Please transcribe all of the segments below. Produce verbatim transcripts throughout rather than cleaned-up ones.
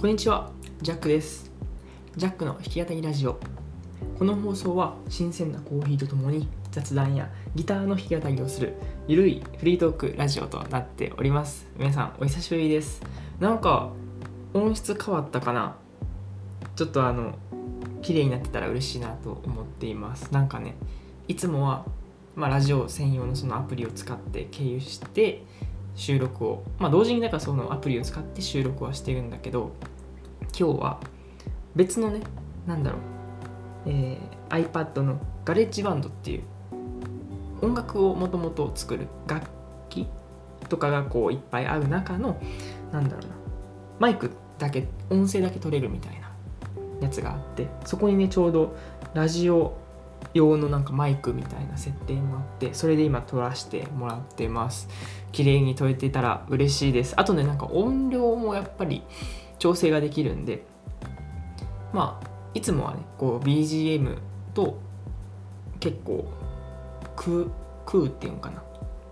こんにちは、ジャックです。ジャックの弾き語りラジオ。この放送は新鮮なコーヒーとともに雑談やギターの弾き語りをするゆるいフリートークラジオとなっております。皆さんお久しぶりです。なんか音質変わったかな。ちょっとあの綺麗になってたら嬉しいなと思っています。なんかね、いつもは、まあ、ラジオ専用のそのアプリを使って経由して収録を、まあ同時にだからそのアプリを使って収録はしてるんだけど、今日は別のね、なんだろう、えー、iPad のガレッジバンドっていう音楽をもともと作る楽器とかがこういっぱいある中の、なんだろうな、マイクだけ、音声だけ取れるみたいなやつがあって、そこにねちょうどラジオ用のなんかマイクみたいな設定もあって、それで今撮らせてもらってます。綺麗に撮れていたら嬉しいです。あとね、なんか音量もやっぱり調整ができるんで、まあいつもはねこう ビージーエム と結構空空っていうのかな、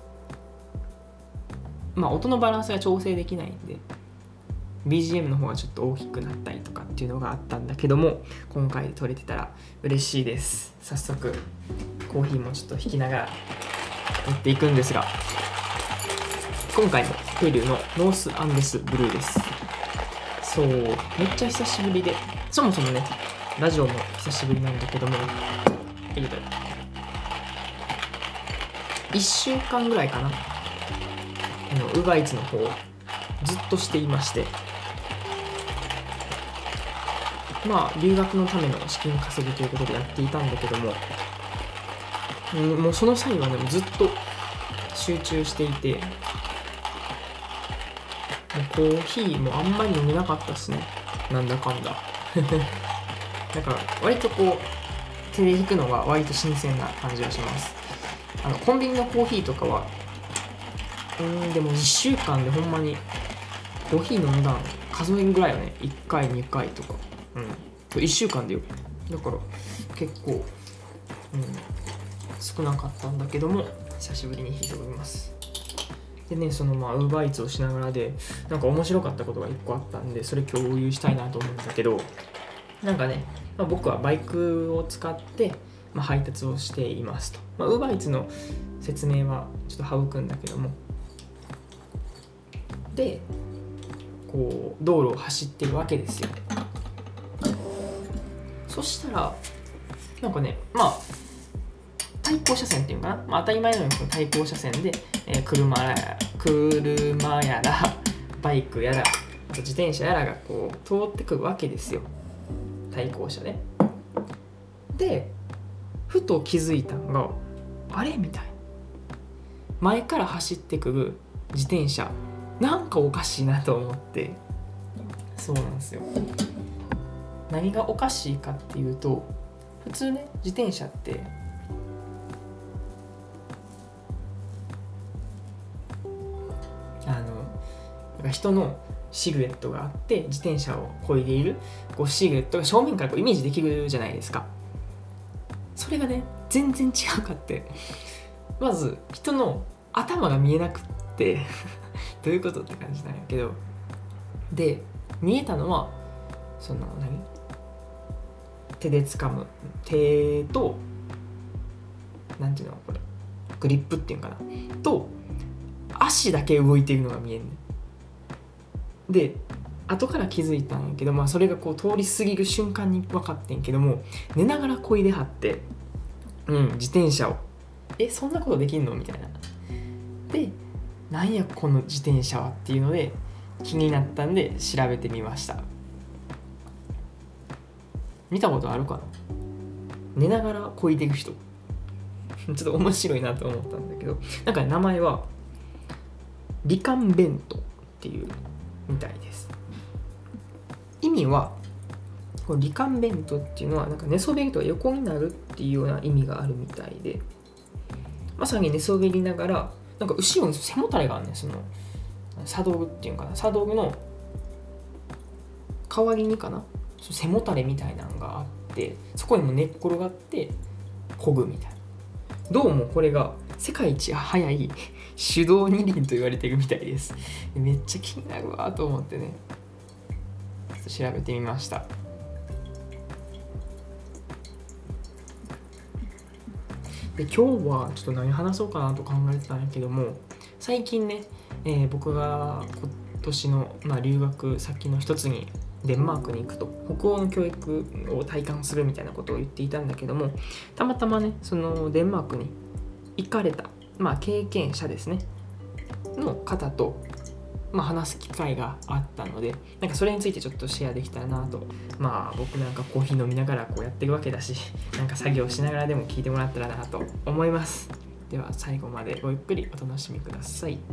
まあ音のバランスが調整できないんで ビージーエム の方がちょっと大きくなったりとかっていうのがあったんだけども、今回撮れてたら嬉しいです。早速コーヒーもちょっと引きながらやっていくんですが、今回もペルーのノースアンデスブルーです。そう、めっちゃ久しぶりで、そもそもねラジオも久しぶりなんだけども、えっといっしゅうかんぐらいかな、あの Uber Eats の方をずっとしていまして、まあ留学のための資金稼ぎということでやっていたんだけども、もうその際はねずっと集中していて、もうコーヒーもあんまり飲めなかったですね、なんだかんだだから割とこう手で引くのが割と新鮮な感じがします。あのコンビニのコーヒーとかはうーんでもいっしゅうかんでほんまにコーヒーの値段数えるぐらいよね。いっかいにかいとか、うん、いっしゅうかんでよ。だから結構、うん、少なかったんだけども久しぶりに引いております。でね、そのまあ Uber Eats をしながらでなんか面白かったことがいっこあったんで、それ共有したいなと思うんだけど、なんかね、まあ、僕はバイクを使って、まあ、配達をしていますと。まあ、Uber Eats の説明はちょっと省くんだけども、でこう道路を走ってるわけですよ。そしたらなんかね、まあ対向車線っていうかな、まあ、当たり前のように対向車線で、えー、車やら車やらバイクやらあと自転車やらがこう通ってくるわけですよ、対向車で。でふと気づいたのが、あれみたいな、前から走ってくる自転車なんかおかしいなと思って。そうなんですよ。何がおかしいかっていうと、普通ね自転車ってあの人のシルエットがあって自転車を漕いでいるこうシルエットが正面からこうイメージできるじゃないですか。それがね全然違うかって、まず人の頭が見えなくってどういうことって感じなんやけど、で見えたのはその何手で掴む手となんていうのこれグリップっていうかなと足だけ動いているのが見えるね。で後から気づいたんやけど、まあそれがこう通り過ぎる瞬間に分かってんけども、寝ながらこいではって、うん自転車をえそんなことできんのみたいな。でなんやこの自転車はっていうので気になったんで調べてみました。見たことあるかな、寝ながらこいでる人ちょっと面白いなと思ったんだけど、なんか名前はリカンベントっていうみたいです。意味はこのリカンベントっていうのはなんか寝そべりとか横になるっていうような意味があるみたいで、まさに寝そべりながらなんか後ろに背もたれがあるね、そのサドルっていうかな、サドルの代わりにかな背もたれみたいなのがあって、そこにも寝っ転がって漕ぐみたいな。どうもこれが世界一速い手動二輪と言われてるみたいです。めっちゃ気になるわと思ってね。 っと調べてみました。で今日はちょっと何話そうかなと考えてたんやけども、最近ね、えー、僕が今年の、まあ、留学先の一つにデンマークに行くと、北欧の教育を体感するみたいなことを言っていたんだけども、たまたまねそのデンマークに行かれた、まあ、経験者ですねの方と、まあ、話す機会があったので、なんかそれについてちょっとシェアできたらなと。まあ僕なんかコーヒー飲みながらこうやってるわけだし、なんか作業しながらでも聞いてもらったらなと思います。では最後までごゆっくりお楽しみください。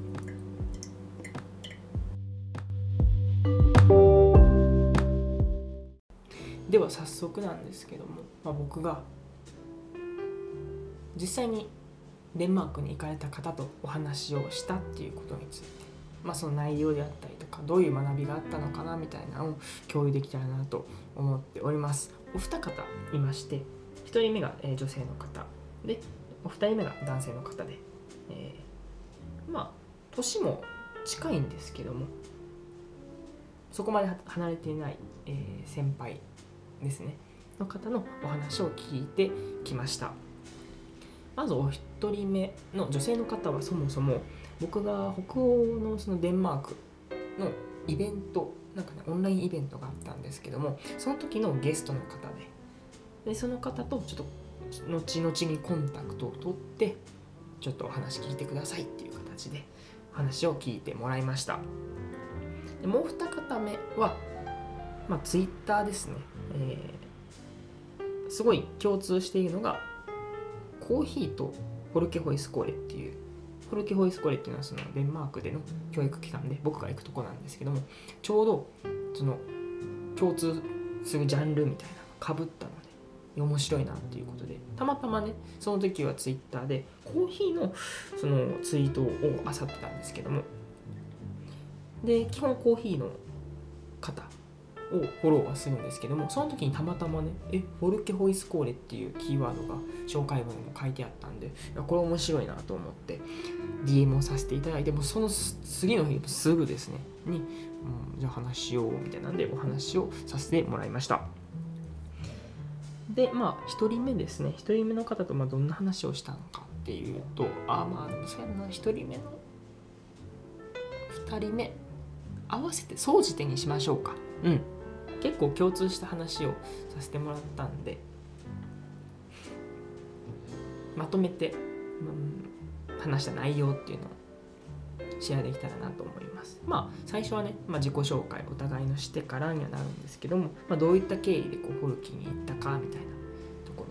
では早速なんですけども、まあ、僕が実際にデンマークに行かれた方とお話をしたっていうことについて、まあ、その内容であったりとかどういう学びがあったのかなみたいなのを共有できたらなと思っております。お二方いまして、ひとりめが女性の方で、お二人目が男性の方で、えー、まあ年も近いんですけどもそこまで離れていない、えー、先輩ですねの方のお話を聞いてきました。まずお一人目の女性の方はそもそも僕が北欧のそのデンマークのイベント、なんかねオンラインイベントがあったんですけども、その時のゲストの方で、でその方とちょっと後々にコンタクトを取ってちょっとお話聞いてくださいっていう形で話を聞いてもらいました。でもう二方目は、まあ、ツイッターですね、えー、すごい共通しているのがコーヒーとフォルケホイスコーレっていう、フォルケホイスコーレっていうのはそのデンマークでの教育機関で僕が行くとこなんですけども、ちょうどその共通するジャンルみたいなのが被ったので面白いなっていうことで、たまたまねその時はツイッターでコーヒーのそのツイートを漁ってたんですけども、で基本コーヒーの方をフォローはするんですけども、その時にたまたまねえフォルケホイスコーレっていうキーワードが紹介文にも書いてあったんで、いやこれ面白いなと思って ディーエム をさせていただいて、もうその次の日すぐですねに、うん、じゃあ話しようみたいなんでお話をさせてもらいました。でまあひとりめですね、ひとりめの方とまあどんな話をしたのかっていうと、あまあそうやな、ひとりめのふたりめ合わせて総じてにしましょうか。うん結構共通した話をさせてもらったんで、まとめて、うん、話した内容っていうのをシェアできたらなと思います。まあ最初はね、まあ、自己紹介お互いのしてからにはなるんですけども、まあ、どういった経緯でこうフォルキに行ったかみたいなとこ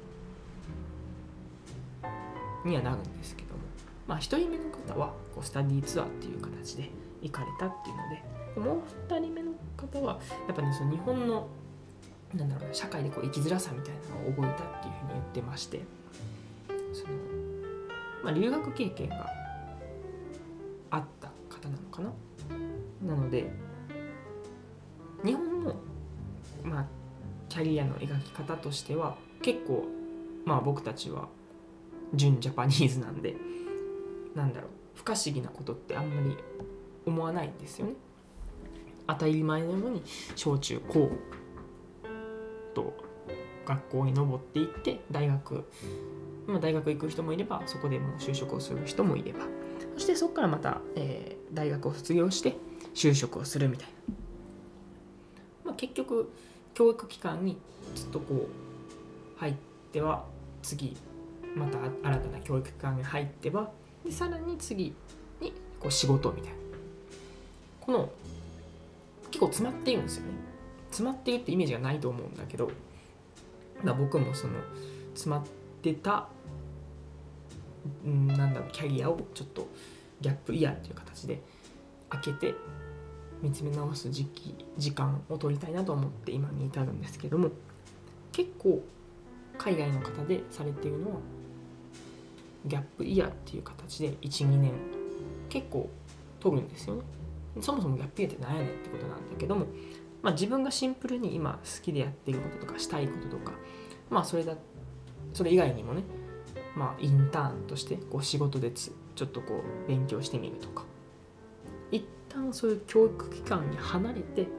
ろにはなるんですけども、まあひとりめの方はこうスタディーツアーっていう形で行かれたっていうので、もうふたりめの方はやっぱねその日本のなんだろうな社会でこう生きづらさみたいなのを覚えたっていうふうに言ってまして、その、まあ、留学経験があった方なのかな。なので日本の、まあ、キャリアの描き方としては結構、まあ、僕たちは純ジャパニーズなんで、なんだろう不可思議なことってあんまり思わないんですよね。当たり前のように小中高と学校に上っていって大学、まあ、大学行く人もいればそこでもう就職をする人もいれば、そしてそこからまた、えー、大学を卒業して就職をするみたいな、まあ、結局教育機関にずっとこう入っては次また新たな教育機関に入ってはでさらに次にこう仕事みたいな、この結構詰まっているんですよね。詰まっているってイメージがないと思うんだけど、だ僕もその詰まってたんなんだろうキャリアをちょっとギャップイヤーっていう形で開けて見つめ直す時期時間を取りたいなと思って今に至るんですけども、結構海外の方でされているのはギャップイヤーっていう形で いちにねん結構取るんですよね。そもそもギャップイヤーって何やねんってことなんだけども、まあ、自分がシンプルに今好きでやっていることとかしたいこととか、まあそれだそれ以外にもね、まあインターンとしてこう仕事でつちょっとこう勉強してみるとか、一旦そういう教育機関に離れて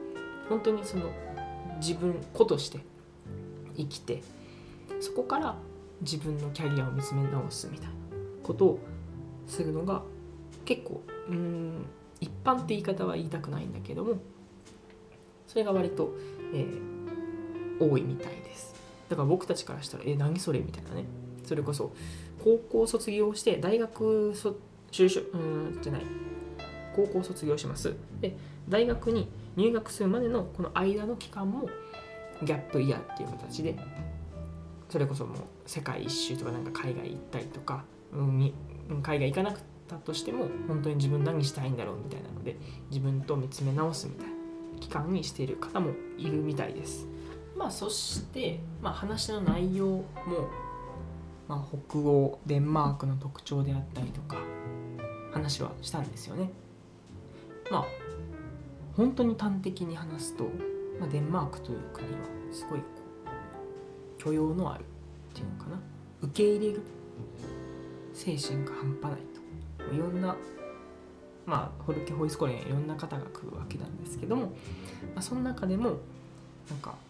本当にその自分子として生きて、そこから自分のキャリアを見つめ直すみたいなことをするのが結構うーん一般って言い方は言いたくないんだけども、それが割と、えー、多いみたいです。だから僕たちからしたらえ何それみたいなね。それこそ高校卒業して大学そ就職うーんじゃない高校卒業します。で大学に入学するまでのこの間の期間もギャップイヤーっていう形で、それこそもう世界一周とかなんか海外行ったりとか、うん、海外行かなくたとしても本当に自分何したいんだろうみたいなので自分と見つめ直すみたいな期間にしている方もいるみたいです。まあそして、まあ、話の内容も、まあ、北欧デンマークの特徴であったりとか話はしたんですよね。まあ本当に端的に話すと、まあ、デンマークという国はすごいこう許容のあるっていうのかな、受け入れる精神が半端ないと、いろんなまあホルケホイスコーレにはいろんな方が来るわけなんですけども、まあ、その中でもなんか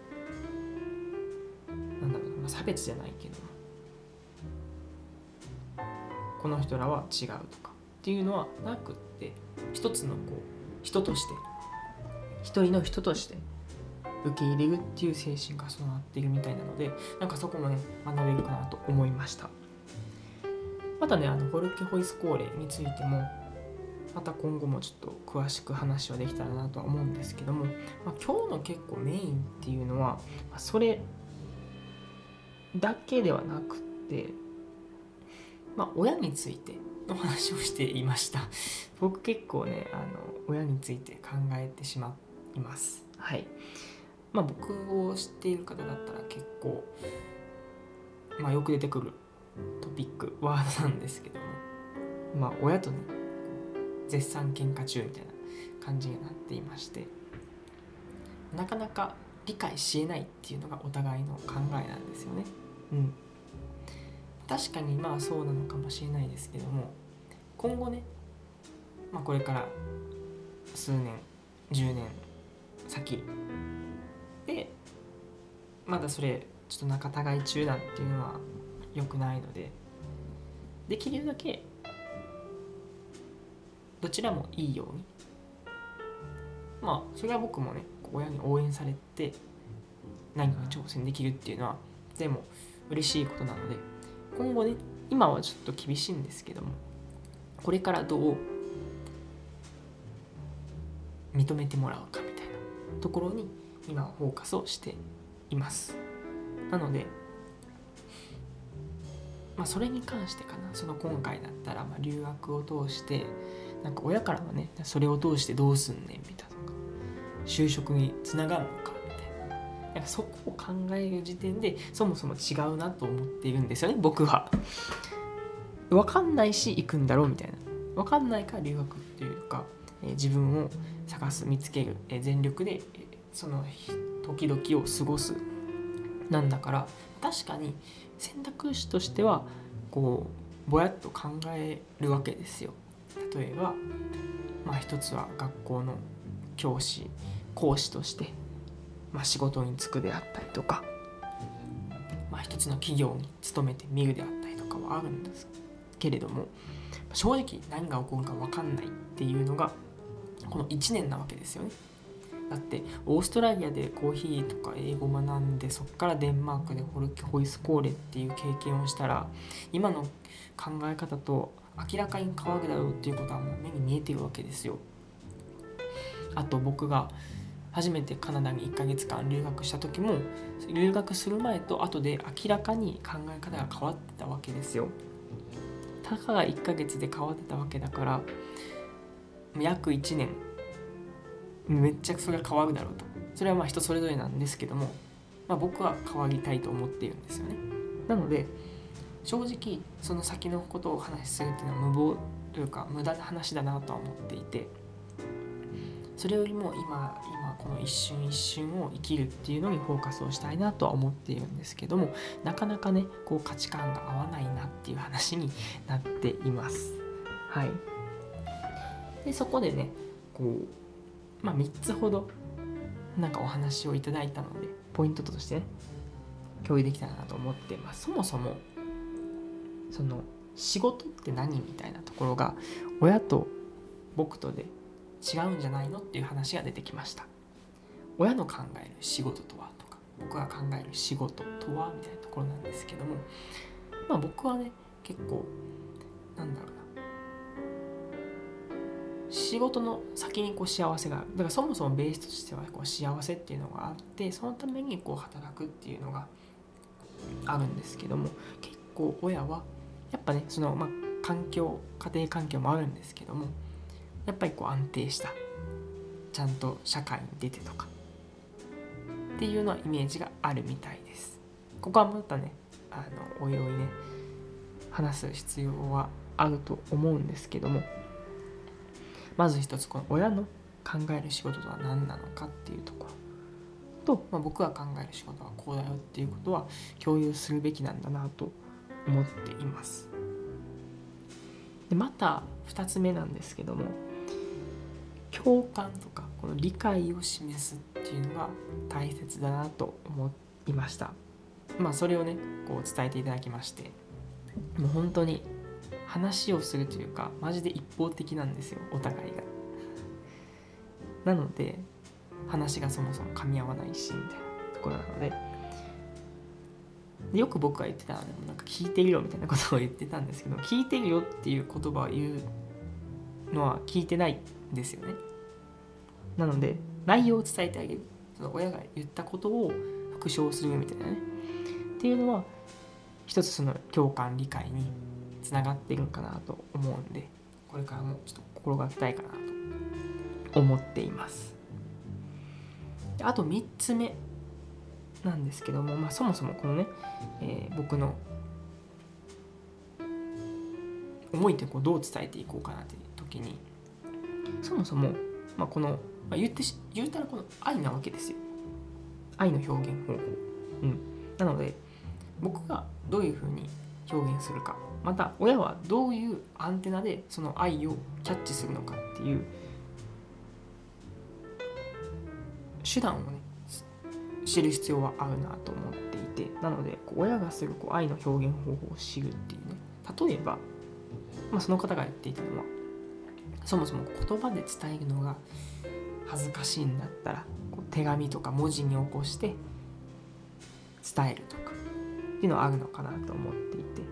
なんだろう、まあ、差別じゃないけどこの人らは違うとかっていうのはなくって、一つのこう人として一人の人として受け入れるっていう精神が備わっているみたいなので、なんかそこもね学べるかなと思いました。またねあのホルケホイスコーレについてもまた今後もちょっと詳しく話はできたらなとは思うんですけども、まあ、今日の結構メインっていうのは、まあ、それだけではなくって、まあ、親についての話をしていました。僕結構ねあの親について考えてしまいます。はい。まあ僕を知っている方だったら結構、まあ、よく出てくるトピックワードなんですけども、まあ親とね絶賛喧嘩中みたいな感じになっていまして、なかなか理解しえないっていうのがお互いの考えなんですよね。うん。確かにまあそうなのかもしれないですけども、今後ね、まあ、これから数年じゅうねん先でまだそれちょっと仲違い中なんていうのは良くないので、できるだけどちらもいいように、まあそれは僕もね親に応援されて何かに挑戦できるっていうのはでも嬉しいことなので、今後ね今はちょっと厳しいんですけども、これからどう認めてもらうかみたいなところに今はフォーカスをしています。なのでまあそれに関してかな、その今回だったらまあ留学を通してなんか親からはねそれを通してどうすんねんみたいなとか就職につながるのかみたいな、なんかそこを考える時点でそもそも違うなと思っているんですよね。僕は分かんないし行くんだろうみたいな、分かんないから留学っていうか、えー、自分を探す見つける、えー、全力で、えー、その時々を過ごすなんだから、確かに選択肢としてはこうぼやっと考えるわけですよ。例えば、まあ、一つは学校の教師講師として、まあ、仕事に就くであったりとか、まあ、一つの企業に勤めてみるであったりとかはあるんですけれども、正直何が起こるか分かんないっていうのがこのいちねんなわけですよね。だってオーストラリアでコーヒーとか英語学んで、そこからデンマークでホルケホイスコーレっていう経験をしたら今の考え方と明らかに変わるだろうっていうことはもう目に見えているわけですよ。あと僕が初めてカナダにいっかげつかん留学した時も、留学する前と後で明らかに考え方が変わってたわけですよ。たかがいっかげつで変わってたわけだから、約いちねんめっちゃそれが変わるだろうと。それはまあ人それぞれなんですけども、まあ、僕は変わりたいと思っているんですよね。なので正直その先のことをお話しするっていうのは無謀というか無駄な話だなとは思っていて、それよりも今今この一瞬一瞬を生きるっていうのにフォーカスをしたいなとは思っているんですけども、なかなかねこう価値観が合わないなっていう話になっています。はい。でそこでねこうまあみっつほどなんかお話をいただいたので、ポイントとしてね共有できたらなと思っています。そもそもその仕事って何みたいなところが親と僕とで違うんじゃないのっていう話が出てきました。親の考える仕事とはとか、僕が考える仕事とはみたいなところなんですけども、まあ僕はね結構なんだろうな、仕事の先にこう幸せがある。だからそもそもベースとしてはこう幸せっていうのがあって、そのためにこう働くっていうのがあるんですけども、結構親はやっぱねそのまあ環境家庭環境もあるんですけども、やっぱりこう安定したちゃんと社会に出てとかっていうのはイメージがあるみたいです。ここはまたねあのおいおいね話す必要はあると思うんですけども、まず一つこの親の考える仕事とは何なのかっていうところと、まあ、僕が考える仕事はこうだよっていうことは共有するべきなんだなと思っています。でまたふたつめなんですけども、共感とかこの理解を示すっていうのが大切だなと思いました。まあそれをねこう伝えていただきまして、もう本当に話をするというかマジで一方的なんですよ、お互いが。なので話がそもそも噛み合わないしみたいなところなので、でよく僕が言ってたのは、ね、なんか聞いてるよみたいなことを言ってたんですけど、聞いてるよっていう言葉を言うのは聞いてないんですよね。なので内容を伝えてあげる、その親が言ったことを復唱するみたいなねっていうのは一つその共感理解につながっているのかなと思うんで、これからもちょっと心がけたいかなと思っています。であとみっつめなんですけども、まあ、そもそもこのね、えー、僕の思いってこうどう伝えていこうかなっていう時に、そもそも、まあ、この、まあ、言って言ったらこの愛なわけですよ。愛の表現方法、うん、なので僕がどういうふうに表現するか、また親はどういうアンテナでその愛をキャッチするのかっていう手段をね知る必要はあるなと思っていて、なのでこう親がするこう愛の表現方法を知るっていうね、例えば、まあ、その方が言っていたのは、そもそも言葉で伝えるのが恥ずかしいんだったらこう手紙とか文字に起こして伝えるとかっていうのはあるのかなと思っていて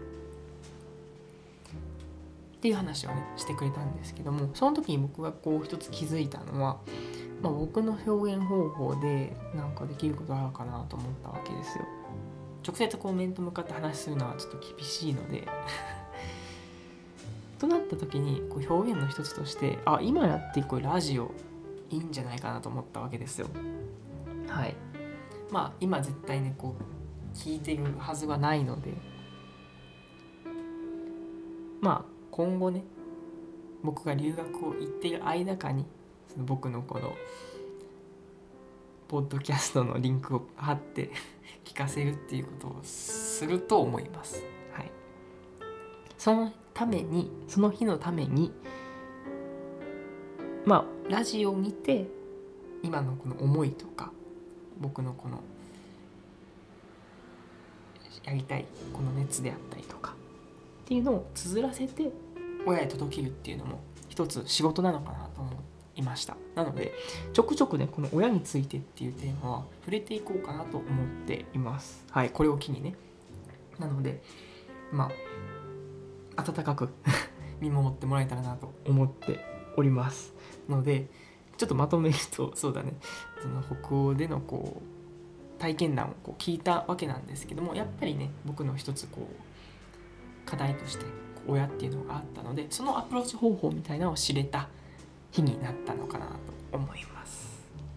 っていう話をねしてくれたんですけども、その時に僕がこう一つ気づいたのは、まあ、僕の表現方法でなんかできることあるかなと思ったわけですよ。直接こう面と向かって話するのはちょっと厳しいのでとなった時にこう表現の一つとして、あ、今やっていくラジオいいんじゃないかなと思ったわけですよ。はい。まあ今絶対ねこう聞いてるはずはないので、まあ今後ね僕が留学を行っている間かにその僕のこのポッドキャストのリンクを貼って聞かせるっていうことをすると思います。はい。そのためにその日のためにまあラジオを見て今のこの思いとか僕のこのやりたいこの熱であったりとかっていうのを綴らせて親へ届けるっていうのも一つ仕事なのかなと思いました。なのでちょくちょくねこの親についてっていうテーマは触れていこうかなと思っています。はい、これを機にね。なのでまあ温かく見守ってもらえたらなと思っておりますので、ちょっとまとめるとそうだね、その北欧でのこう体験談をこう聞いたわけなんですけども、やっぱりね僕の一つこう課題として親っていうのがあったので、そのアプローチ方法みたいなのを知れた日になったのかなと思います。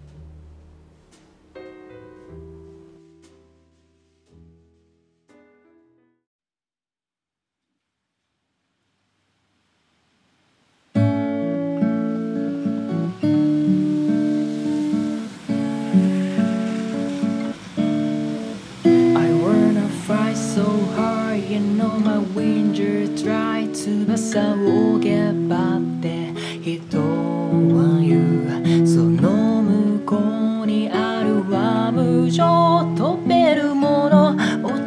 翼をけばって人は言う、その向こうにあ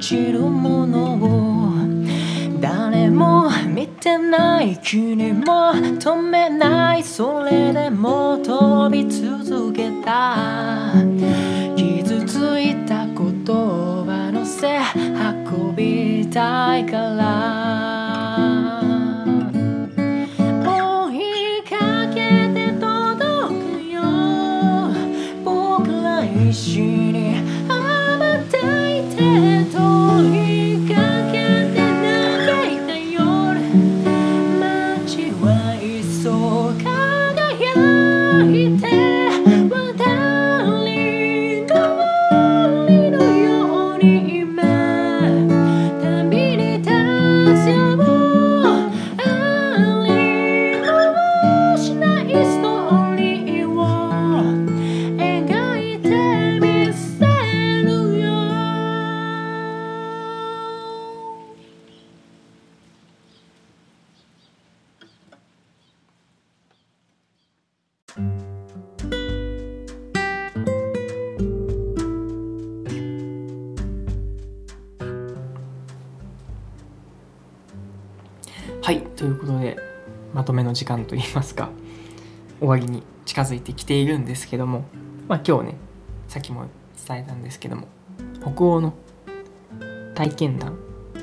ちるものを誰も見てない君も止めないそれでも飛び続けた傷ついた言葉乗せ運びたいから追いかけて届くよ僕ら一緒に羽ばたいて問いかけて嘆いた夜街は急輝いて渡り鳥のように今旅に立つよありもしないストーリーを描いてみせるよはい、ということでまとめの時間といいますか終わりに近づいてきているんですけども、まあ、今日ねさっきも伝えたんですけども北欧の体験談、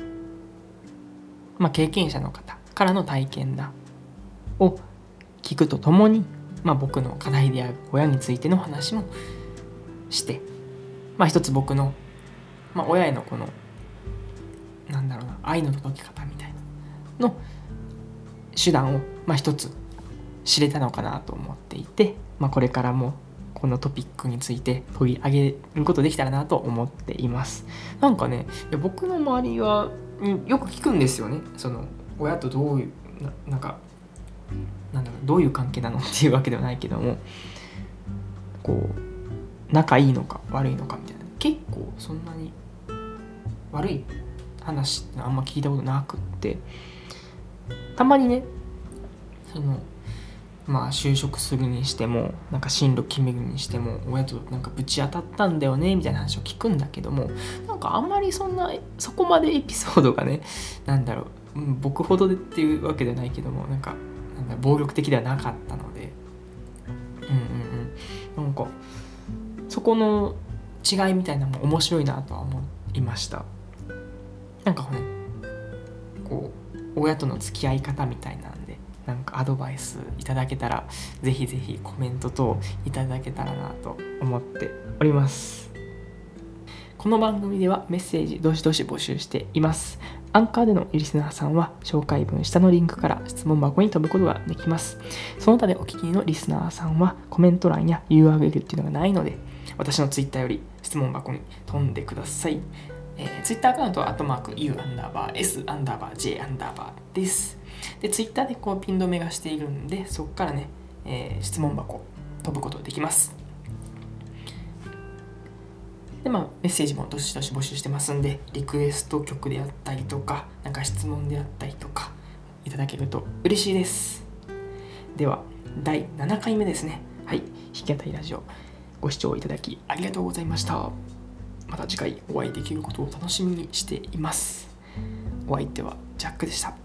まあ、経験者の方からの体験談を聞くとともに、まあ、僕の課題である親についての話もして、まあ、一つ僕の、まあ、親へのこのなんだろうな愛の届き方みたいなの手段を、まあ、一つ知れたのかなと思っていて、まあ、これからもこのトピックについて取り上げることできたらなと思っています。なんかねいや僕の周りはよく聞くんですよね。その親とどういう な, なんかなんだろうどういう関係なのっていうわけではないけどもこう仲いいのか悪いのかみたいな結構そんなに悪い話ってあんま聞いたことなくってたまにねそのまあ就職するにしてもなんか進路決めるにしても親となんかぶち当たったんだよねみたいな話を聞くんだけどもなんかあんまりそんなそこまでエピソードがねなんだろう、うん、僕ほどでっていうわけではないけどもなんかなんだ暴力的ではなかったのでうんうんうんなんかそこの違いみたいなのも面白いなとは思いました。なんかねこう親との付き合い方みたいなんでなんかアドバイスいただけたらぜひぜひコメント等いただけたらなと思っております。この番組ではメッセージどしどし募集しています。アンカーでのリスナーさんは紹介文下のリンクから質問箱に飛ぶことができます。その他でお聞きのリスナーさんはコメント欄や ユーアールエル っていうのがないので私のツイッターより質問箱に飛んでください。えー、ツイッターアカウントはアットマーク U アンダーバー S アンダーバー J アンダーバーです。で、ツイッターでこうピン止めがしているんで、そこからね、えー、質問箱飛ぶことができます。で、まあ、メッセージもどしどし募集してますんで、リクエスト曲であったりとか、なんか質問であったりとか、いただけると嬉しいです。では、だいななかいめですね。はい、弾き語りラジオ、ご視聴いただきありがとうございました。また次回お会いできることを楽しみにしています。お相手はジャックでした。